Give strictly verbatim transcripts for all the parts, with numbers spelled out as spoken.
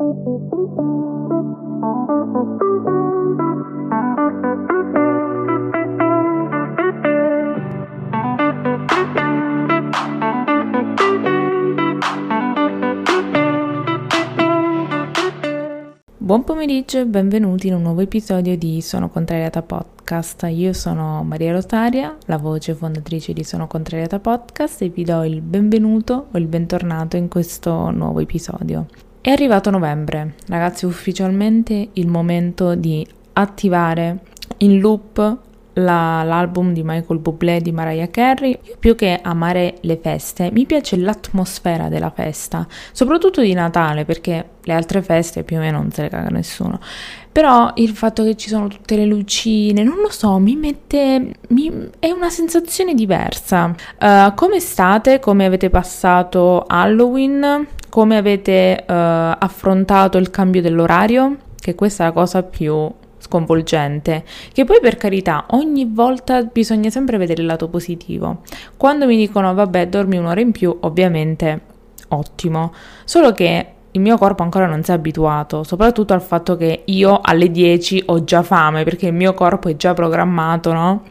Buon pomeriggio e benvenuti in un nuovo episodio di Sono Contrariata Podcast. Io sono Maria Rosaria, la voce fondatrice di Sono Contrariata Podcast, e vi do il benvenuto o il bentornato in questo nuovo episodio. È arrivato novembre, ragazzi, ufficialmente il momento di attivare in loop La, l'album di Michael Bublé di Mariah Carey. Io, più che amare le feste, mi piace l'atmosfera della festa, soprattutto di Natale, perché le altre feste più o meno non se le caga nessuno, però il fatto che ci sono tutte le lucine, non lo so, mi mette mi, è una sensazione diversa. Uh, come state? Come avete passato Halloween? Come avete uh, affrontato il cambio dell'orario? Che questa è la cosa più sconvolgente, che poi, per carità, ogni volta bisogna sempre vedere il lato positivo. Quando mi dicono vabbè, dormi un'ora in più, ovviamente ottimo, solo che il mio corpo ancora non si è abituato, soprattutto al fatto che io alle dieci ho già fame, perché il mio corpo è già programmato, no?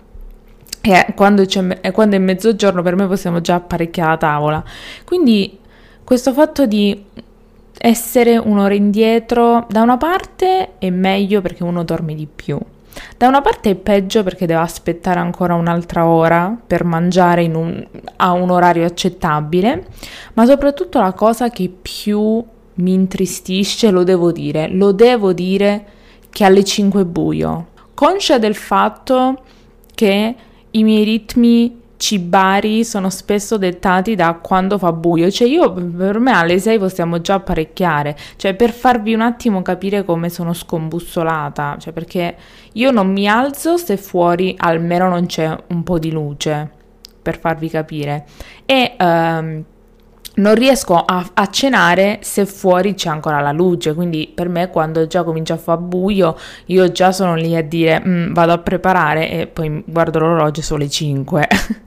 E quando, c'è, quando è mezzogiorno per me possiamo già apparecchiare la tavola. Quindi questo fatto di essere un'ora indietro, da una parte è meglio perché uno dorme di più, da una parte è peggio perché deve aspettare ancora un'altra ora per mangiare in un, a un orario accettabile, ma soprattutto la cosa che più mi intristisce, lo devo dire, lo devo dire che alle cinque è buio, conscia del fatto che i miei ritmi cibari sono spesso dettati da quando fa buio, cioè io, per me alle sei possiamo già apparecchiare, cioè per farvi un attimo capire come sono scombussolata, cioè perché io non mi alzo se fuori almeno non c'è un po' di luce, per farvi capire, e um, non riesco a, a cenare se fuori c'è ancora la luce, quindi per me quando già comincia a far buio io già sono lì a dire vado a preparare, e poi guardo l'orologio, sono le cinque.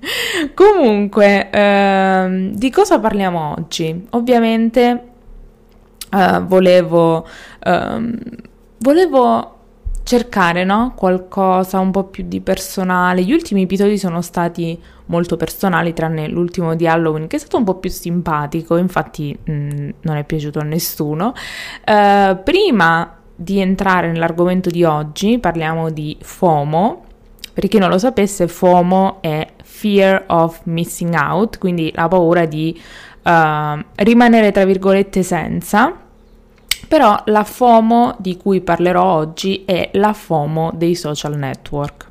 Comunque, ehm, di cosa parliamo oggi? Ovviamente eh, volevo ehm, volevo cercare, no? Qualcosa un po' più di personale. Gli ultimi episodi sono stati molto personali, tranne l'ultimo di Halloween, che è stato un po' più simpatico, infatti mh, non è piaciuto a nessuno. Uh, prima di entrare nell'argomento di oggi, parliamo di FOMO. Per chi non lo sapesse, FOMO è Fear of Missing Out, quindi la paura di uh, rimanere, tra virgolette, senza. Però la FOMO di cui parlerò oggi è la FOMO dei social network.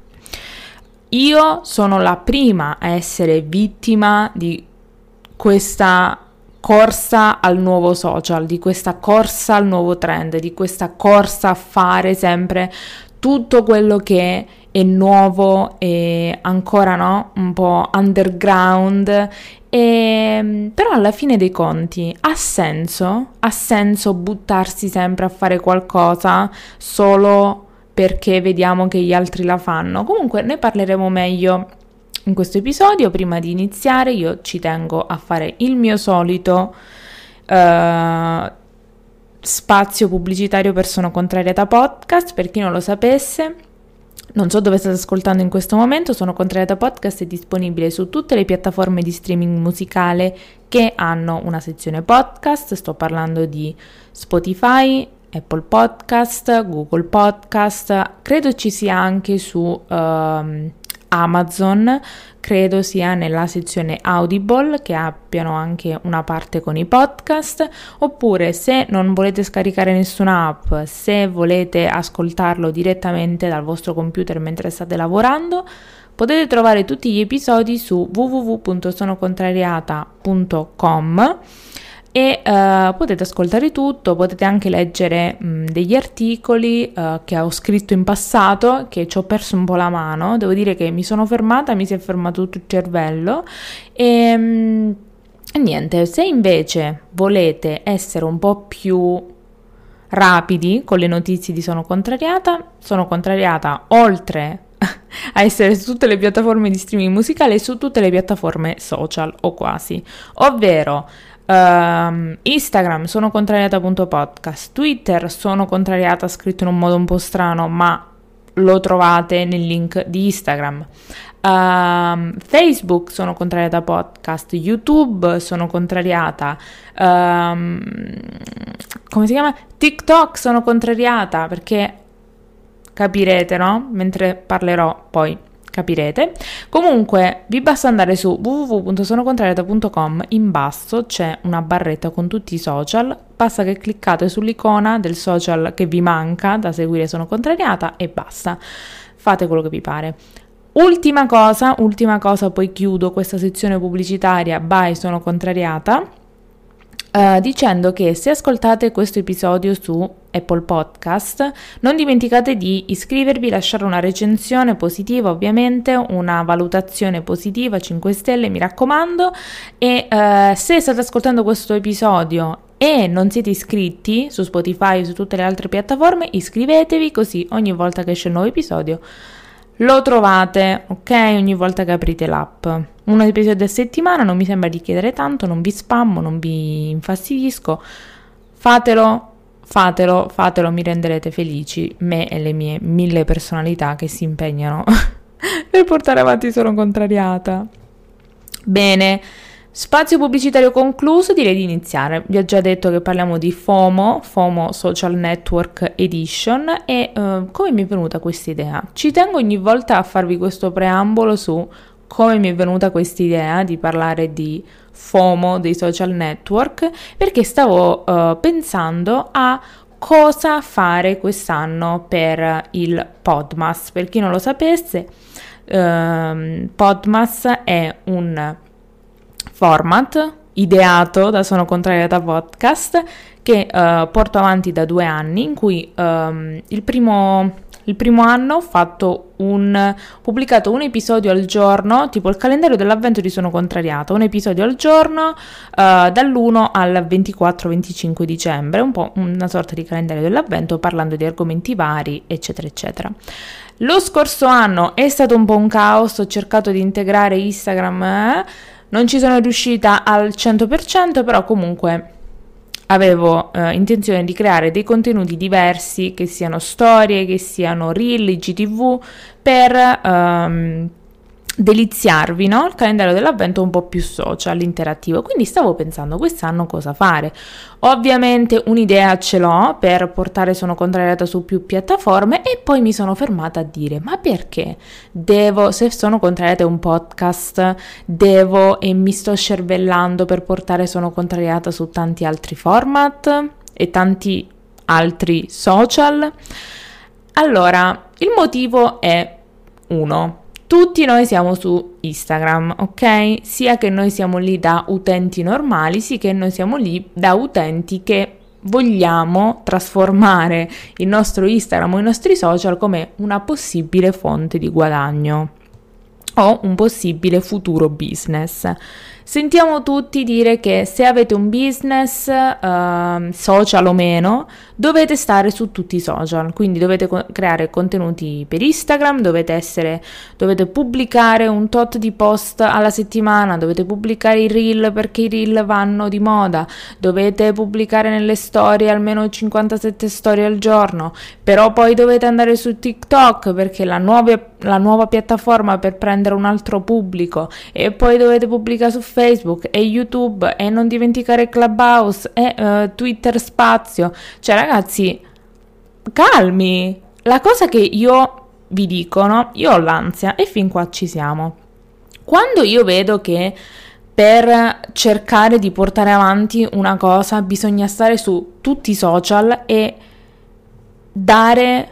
Io sono la prima a essere vittima di questa corsa al nuovo social, di questa corsa al nuovo trend, di questa corsa a fare sempre tutto quello che è nuovo e ancora, no, un po' underground. E, però alla fine dei conti ha senso? Ha senso buttarsi sempre a fare qualcosa solo perché vediamo che gli altri la fanno? Comunque ne parleremo meglio in questo episodio. Prima di iniziare io ci tengo a fare il mio solito uh, spazio pubblicitario per Sono Contrariata Podcast. Per chi non lo sapesse, non so dove state ascoltando in questo momento, Sono Contrariata Podcast è disponibile su tutte le piattaforme di streaming musicale che hanno una sezione podcast. Sto parlando di Spotify, Apple Podcast, Google Podcast, credo ci sia anche su uh, Amazon, credo sia nella sezione Audible, che abbiano anche una parte con i podcast. Oppure, se non volete scaricare nessuna app, se volete ascoltarlo direttamente dal vostro computer mentre state lavorando, potete trovare tutti gli episodi su w w w punto sono contrariata punto com e uh, potete ascoltare tutto, potete anche leggere mh, degli articoli uh, che ho scritto in passato, che ci ho perso un po' la mano, devo dire che mi sono fermata, mi si è fermato tutto il cervello e mh, niente. Se invece volete essere un po' più rapidi con le notizie di Sono Contrariata, Sono Contrariata oltre a essere su tutte le piattaforme di streaming musicale e su tutte le piattaforme social o quasi, ovvero Uh, Instagram sono contrariata punto podcast, Twitter sono contrariata scritto in un modo un po' strano, ma lo trovate nel link di Instagram. Uh, Facebook sono contrariata podcast, YouTube sono contrariata, uh, come si chiama? TikTok sono contrariata, perché capirete, no? Mentre parlerò poi capirete. Comunque vi basta andare su w w w punto sono contrariata punto com, in basso c'è una barretta con tutti i social, basta che cliccate sull'icona del social che vi manca da seguire Sono Contrariata e basta, fate quello che vi pare. Ultima cosa, ultima cosa, poi chiudo questa sezione pubblicitaria by Sono Contrariata, Uh, dicendo che se ascoltate questo episodio su Apple Podcast non dimenticate di iscrivervi, lasciare una recensione positiva, ovviamente una valutazione positiva, cinque stelle mi raccomando, e uh, se state ascoltando questo episodio e non siete iscritti su Spotify o su tutte le altre piattaforme, iscrivetevi, così ogni volta che esce un nuovo episodio lo trovate, ok? Ogni volta che aprite l'app. Un episodio a settimana, non mi sembra di chiedere tanto, non vi spammo, non vi infastidisco. Fatelo, fatelo, fatelo, mi renderete felici, me e le mie mille personalità che si impegnano per portare avanti Sono Contrariata. Bene, spazio pubblicitario concluso, direi di iniziare. Vi ho già detto che parliamo di FOMO, FOMO Social Network Edition, e uh, come mi è venuta questa idea? Ci tengo ogni volta a farvi questo preambolo su come mi è venuta questa idea di parlare di FOMO dei social network, perché stavo uh, pensando a cosa fare quest'anno per il Podmas. Per chi non lo sapesse, uh, Podmas è un format ideato da Sono Contrariata Podcast che uh, porto avanti da due anni, in cui um, il primo il primo anno ho fatto un pubblicato un episodio al giorno, tipo il calendario dell'avvento di Sono Contrariata, un episodio al giorno uh, dall'primo al ventiquattro venticinque dicembre, un po' una sorta di calendario dell'avvento parlando di argomenti vari, eccetera eccetera. Lo scorso anno è stato un po' un caos, ho cercato di integrare Instagram, eh, non ci sono riuscita al cento per cento, però comunque avevo eh, intenzione di creare dei contenuti diversi, che siano storie, che siano reel, I G T V, per ehm, deliziarvi, no? Il calendario dell'avvento un po' più social, interattivo. Quindi stavo pensando quest'anno cosa fare. Ovviamente un'idea ce l'ho per portare Sono Contrariata su più piattaforme, e poi mi sono fermata a dire: ma perché devo, se Sono Contrariata è un podcast, devo e mi sto scervellando per portare Sono Contrariata su tanti altri format e tanti altri social? Allora, il motivo è uno: tutti noi siamo su Instagram, ok? Sia che noi siamo lì da utenti normali, sia che noi siamo lì da utenti che vogliamo trasformare il nostro Instagram o i nostri social come una possibile fonte di guadagno o un possibile futuro business. Sentiamo tutti dire che se avete un business, uh, social o meno, dovete stare su tutti i social, quindi dovete co- creare contenuti per Instagram, dovete essere, dovete pubblicare un tot di post alla settimana, dovete pubblicare i reel perché i reel vanno di moda, dovete pubblicare nelle storie almeno cinquantasette storie al giorno, però poi dovete andare su TikTok perché la nuova, la nuova piattaforma per prendere un altro pubblico, e poi dovete pubblicare su Facebook e YouTube, e non dimenticare Clubhouse e uh, Twitter spazio. Cioè ragazzi, calmi. La cosa che io vi dico, no? Io ho l'ansia e fin qua ci siamo. Quando io vedo che per cercare di portare avanti una cosa bisogna stare su tutti i social e dare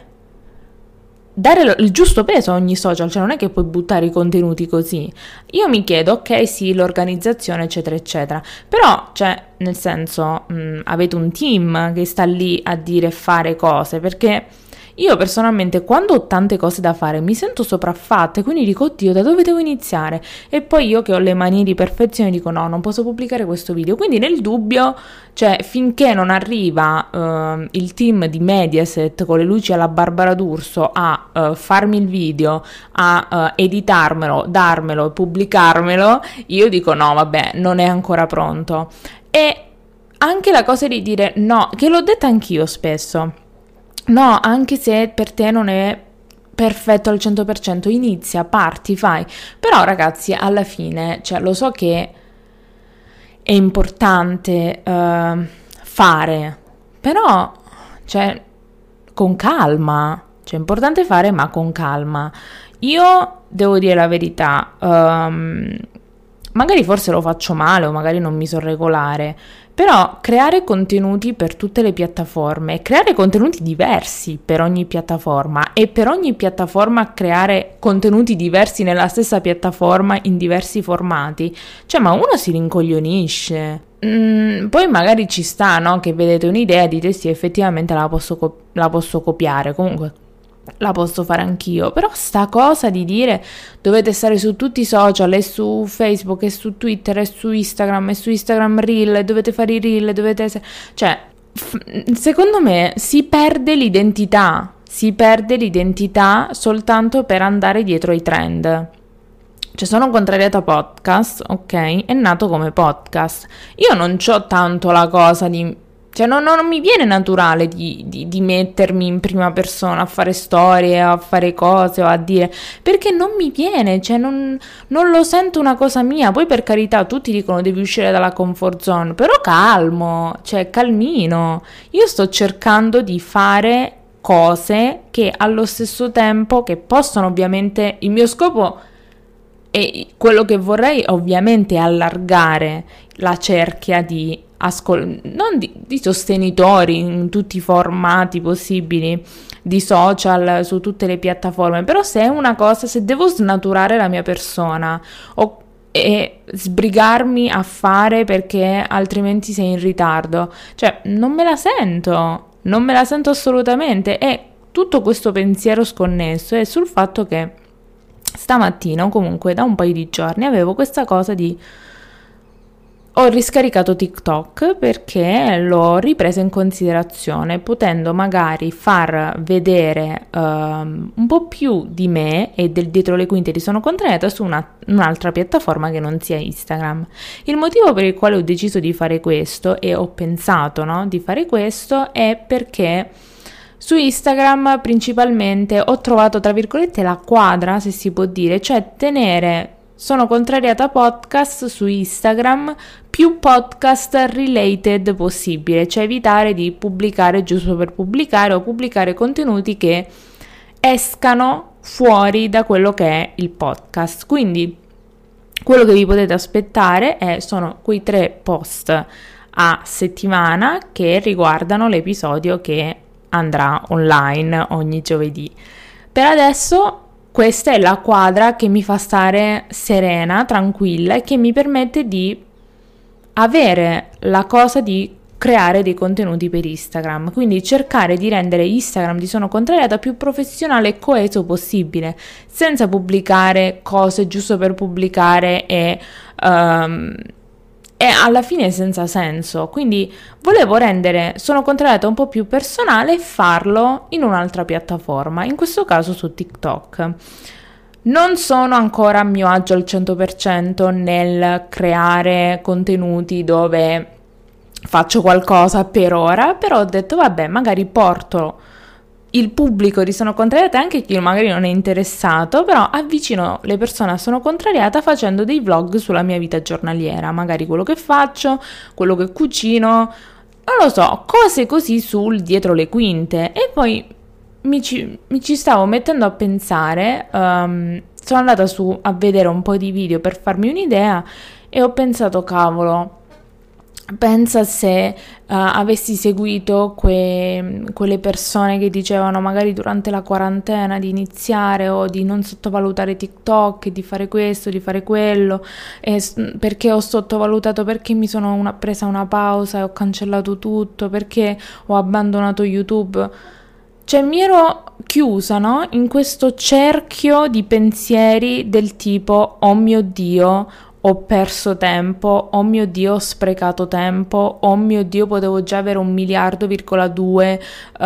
dare il giusto peso a ogni social, cioè non è che puoi buttare i contenuti così. Io mi chiedo, ok, sì, l'organizzazione eccetera eccetera, però cioè nel senso mh, avete un team che sta lì a dire e fare cose, perché io personalmente quando ho tante cose da fare mi sento sopraffatta, quindi dico oddio, da dove devo iniziare? E poi io che ho le manie di perfezione dico no, non posso pubblicare questo video, quindi nel dubbio, cioè finché non arriva uh, il team di Mediaset con le luci alla Barbara D'Urso a uh, farmi il video, a uh, editarmelo, darmelo e pubblicarmelo, io dico no vabbè, non è ancora pronto. E anche la cosa di dire no, che l'ho detta anch'io spesso, no, anche se per te non è perfetto al cento per cento, inizia, parti, fai. Però ragazzi, alla fine, cioè lo so che è importante uh, fare, però, cioè, con calma, cioè è importante fare ma con calma. Io devo dire la verità, um, magari forse lo faccio male o magari non mi so regolare, però creare contenuti per tutte le piattaforme, creare contenuti diversi per ogni piattaforma e per ogni piattaforma creare contenuti diversi nella stessa piattaforma in diversi formati, cioè ma uno si rincoglionisce. Mm, poi magari ci sta, no? Che vedete un'idea e dite sì, effettivamente la posso, co- la posso copiare, comunque la posso fare anch'io, però sta cosa di dire dovete stare su tutti i social, e su Facebook, e su Twitter, e su Instagram, e su Instagram Reel, e dovete fare i Reel, dovete essere... cioè, f- secondo me si perde l'identità, si perde l'identità soltanto per andare dietro ai trend. Cioè, sono contrariata podcast, ok? È nato come podcast. Io non c'ho tanto la cosa di... Cioè non, non mi viene naturale di, di, di mettermi in prima persona a fare storie, a fare cose o a dire, perché non mi viene, cioè non, non lo sento una cosa mia. Poi per carità tutti dicono devi uscire dalla comfort zone, però calmo, cioè calmino. Io sto cercando di fare cose che allo stesso tempo, che possono ovviamente, il mio scopo e quello che vorrei ovviamente è allargare la cerchia di Ascol- non di, di sostenitori in tutti i formati possibili di social su tutte le piattaforme, però se è una cosa, se devo snaturare la mia persona o e sbrigarmi a fare perché altrimenti sei in ritardo, cioè non me la sento, non me la sento assolutamente. E tutto questo pensiero sconnesso è sul fatto che stamattina o comunque da un paio di giorni avevo questa cosa di ho riscaricato TikTok perché l'ho ripresa in considerazione, potendo magari far vedere um, un po' più di me e del dietro le quinte di Sono Contrariata su una, un'altra piattaforma che non sia Instagram. Il motivo per il quale ho deciso di fare questo e ho pensato, no, di fare questo è perché su Instagram principalmente ho trovato, tra virgolette, la quadra, se si può dire, cioè tenere Sono Contrariata podcast su Instagram più podcast related possibile, cioè evitare di pubblicare giusto per pubblicare o pubblicare contenuti che escano fuori da quello che è il podcast. Quindi quello che vi potete aspettare è, sono quei tre post a settimana che riguardano l'episodio che andrà online ogni giovedì. Per adesso questa è la quadra che mi fa stare serena, tranquilla e che mi permette di avere la cosa di creare dei contenuti per Instagram, quindi cercare di rendere Instagram di Sono Contrariata più professionale e coeso possibile, senza pubblicare cose giusto per pubblicare e, um, e alla fine senza senso. Quindi volevo rendere Sono Contrariata un po' più personale e farlo in un'altra piattaforma, in questo caso su TikTok. Non sono ancora a mio agio al cento per cento nel creare contenuti dove faccio qualcosa per ora, però ho detto vabbè, magari porto il pubblico di Sono Contrariata, anche chi magari non è interessato, però avvicino le persone a Sono Contrariata facendo dei vlog sulla mia vita giornaliera, magari quello che faccio, quello che cucino, non lo so, cose così sul dietro le quinte. E poi Mi ci, mi ci stavo mettendo a pensare, um, sono andata su a vedere un po' di video per farmi un'idea e ho pensato, cavolo, pensa se uh, avessi seguito que, quelle persone che dicevano magari durante la quarantena di iniziare o di non sottovalutare TikTok, di fare questo, di fare quello, e perché ho sottovalutato, perché mi sono una, presa una pausa e ho cancellato tutto, perché ho abbandonato YouTube. Cioè mi ero chiusa, no? In questo cerchio di pensieri del tipo oh mio Dio, ho perso tempo, oh mio Dio, ho sprecato tempo, oh mio Dio, potevo già avere un miliardo virgola due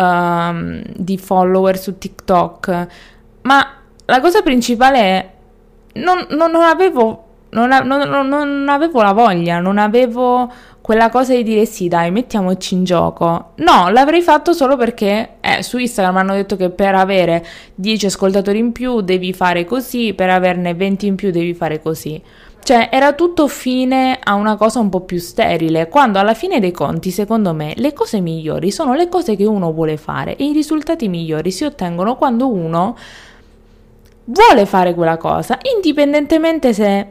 um, di follower su TikTok. Ma la cosa principale è non, non, non avevo non, non, non avevo la voglia, non avevo quella cosa di dire sì dai mettiamoci in gioco, no, l'avrei fatto solo perché eh, su Instagram hanno detto che per avere dieci ascoltatori in più devi fare così, per averne venti in più devi fare così. Cioè era tutto fine a una cosa un po' più sterile, quando alla fine dei conti secondo me le cose migliori sono le cose che uno vuole fare e i risultati migliori si ottengono quando uno vuole fare quella cosa, indipendentemente se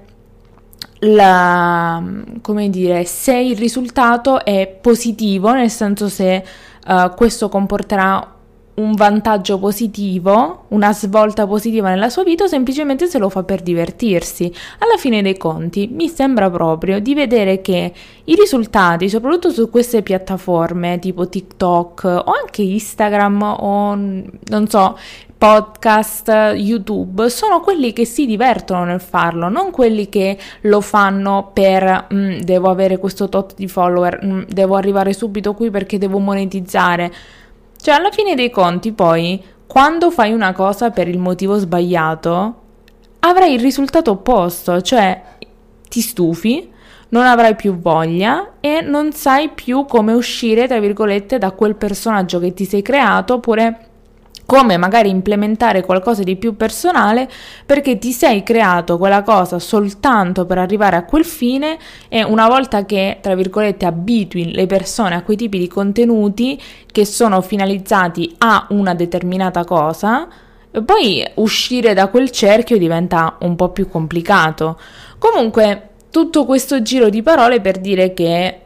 la, come dire, se il risultato è positivo, nel senso se uh, questo comporterà un vantaggio positivo, una svolta positiva nella sua vita o semplicemente se lo fa per divertirsi. Alla fine dei conti mi sembra proprio di vedere che i risultati, soprattutto su queste piattaforme tipo TikTok o anche Instagram o non so, podcast, YouTube, sono quelli che si divertono nel farlo, non quelli che lo fanno per mm, devo avere questo tot di follower, mm, devo arrivare subito qui perché devo monetizzare. Cioè, alla fine dei conti, poi, quando fai una cosa per il motivo sbagliato, avrai il risultato opposto, cioè ti stufi, non avrai più voglia e non sai più come uscire, tra virgolette, da quel personaggio che ti sei creato, oppure come magari implementare qualcosa di più personale perché ti sei creato quella cosa soltanto per arrivare a quel fine e una volta che, tra virgolette, abitui le persone a quei tipi di contenuti che sono finalizzati a una determinata cosa, poi uscire da quel cerchio diventa un po' più complicato. Comunque, tutto questo giro di parole per dire che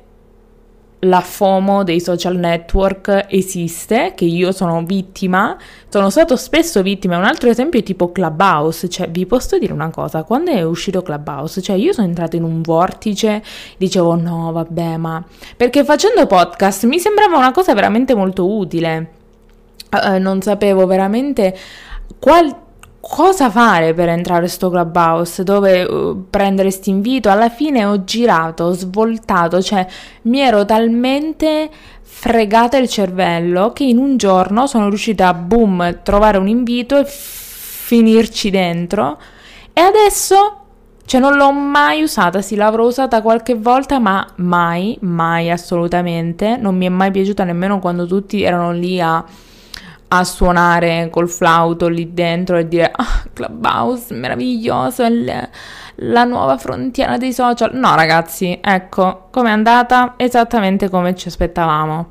la FOMO dei social network esiste, che io sono vittima, sono stato spesso vittima. Un altro esempio è tipo Clubhouse, cioè vi posso dire una cosa, quando è uscito Clubhouse, cioè io sono entrata in un vortice, dicevo no vabbè ma, perché facendo podcast mi sembrava una cosa veramente molto utile, uh, non sapevo veramente qual cosa fare per entrare in sto Clubhouse, dove uh, prendere sto invito. Alla fine ho girato, ho svoltato, cioè mi ero talmente fregata il cervello che in un giorno sono riuscita a boom trovare un invito e f- finirci dentro e adesso cioè non l'ho mai usata, sì l'avrò usata qualche volta ma mai, mai assolutamente, non mi è mai piaciuta nemmeno quando tutti erano lì a a suonare col flauto lì dentro e dire ah, Clubhouse, meraviglioso, il, la nuova frontiera dei social. No ragazzi, ecco, com'è andata? Esattamente come ci aspettavamo,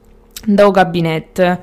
da gabinetto.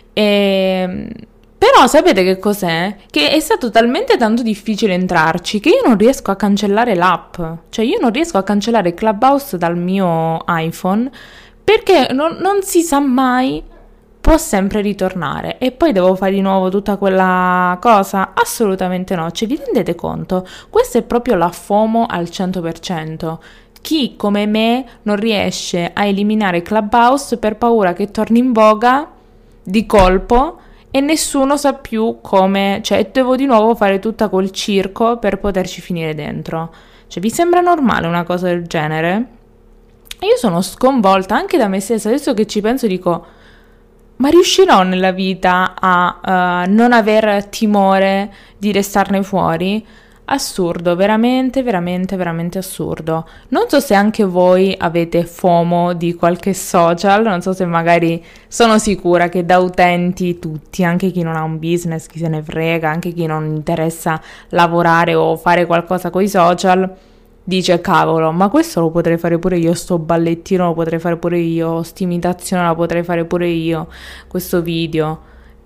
E... però sapete che cos'è? Che è stato talmente tanto difficile entrarci che io non riesco a cancellare l'app, cioè io non riesco a cancellare Clubhouse dal mio iPhone perché non, non si sa mai, può sempre ritornare e poi devo fare di nuovo tutta quella cosa? Assolutamente no, cioè vi rendete conto? Questa è proprio la FOMO al cento per cento. Chi come me non riesce a eliminare Clubhouse per paura che torni in voga di colpo e nessuno sa più come, cioè devo di nuovo fare tutta quel circo per poterci finire dentro. Cioè vi sembra normale una cosa del genere? Io sono sconvolta anche da me stessa, adesso che ci penso dico ma riuscirò nella vita a uh, non aver timore di restarne fuori? Assurdo, veramente, veramente, veramente assurdo. Non so se anche voi avete FOMO di qualche social, non so se magari, sono sicura che da utenti tutti, anche chi non ha un business, chi se ne frega, anche chi non interessa lavorare o fare qualcosa con i social, dice cavolo, ma questo lo potrei fare pure io, sto ballettino lo potrei fare pure io, st'imitazione la potrei fare pure io, questo video.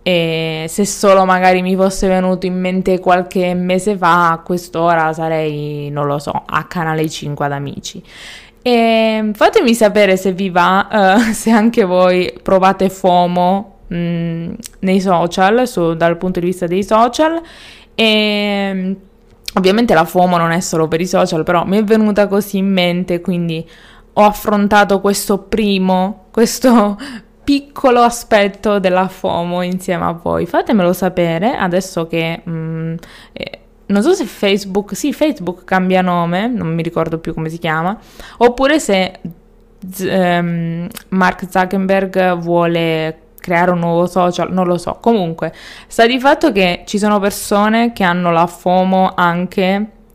E se solo magari mi fosse venuto in mente qualche mese fa, a quest'ora sarei, non lo so, a Canale cinque ad Amici. E fatemi sapere se vi va, uh, se anche voi provate FOMO mh, nei social, su, dal punto di vista dei social. E ovviamente la FOMO non è solo per i social, però mi è venuta così in mente, quindi ho affrontato questo primo, questo piccolo aspetto della FOMO insieme a voi. Fatemelo sapere adesso che mh, eh, non so se Facebook, sì, Facebook cambia nome, non mi ricordo più come si chiama, oppure se z- ehm, Mark Zuckerberg vuole creare un nuovo social, non lo so. Comunque sta di fatto che ci sono persone che hanno la FOMO anche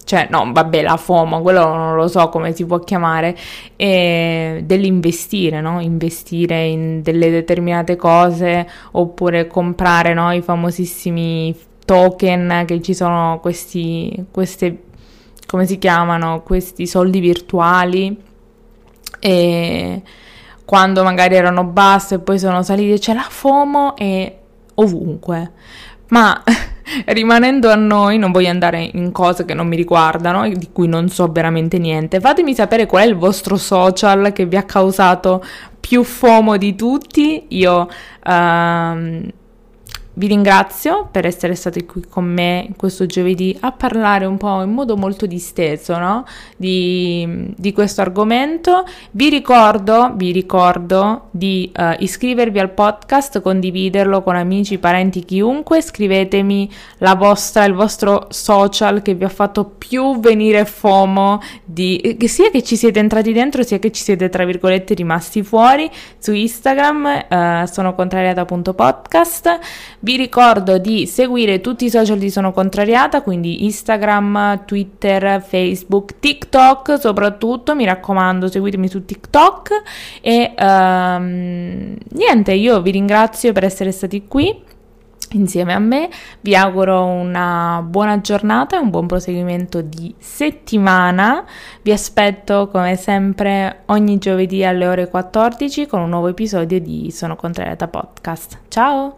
cioè no, vabbè, la FOMO, quello non lo so come si può chiamare, e dell'investire, no? Investire in delle determinate cose oppure comprare, no? I famosissimi token, che ci sono questi, queste, come si chiamano, questi soldi virtuali, e quando magari erano basse e poi sono salite, c'è la FOMO e ovunque. Ma rimanendo a noi, non voglio andare in cose che non mi riguardano e di cui non so veramente niente. Fatemi sapere qual è il vostro social che vi ha causato più FOMO di tutti. Io ehm, vi ringrazio per essere stati qui con me questo giovedì a parlare un po' in modo molto disteso, no? Di, di questo argomento. Vi ricordo, vi ricordo di uh, iscrivervi al podcast, condividerlo con amici, parenti, chiunque. Scrivetemi la vostra, il vostro social che vi ha fatto più venire FOMO, di, sia che ci siete entrati dentro sia che ci siete tra virgolette rimasti fuori. Su Instagram uh, sono contrariata punto podcast. Vi ricordo di seguire tutti i social di Sono Contrariata, quindi Instagram, Twitter, Facebook, TikTok soprattutto, mi raccomando seguitemi su TikTok e um, niente, io vi ringrazio per essere stati qui insieme a me, vi auguro una buona giornata e un buon proseguimento di settimana, vi aspetto come sempre ogni giovedì alle ore quattordici con un nuovo episodio di Sono Contrariata Podcast. Ciao!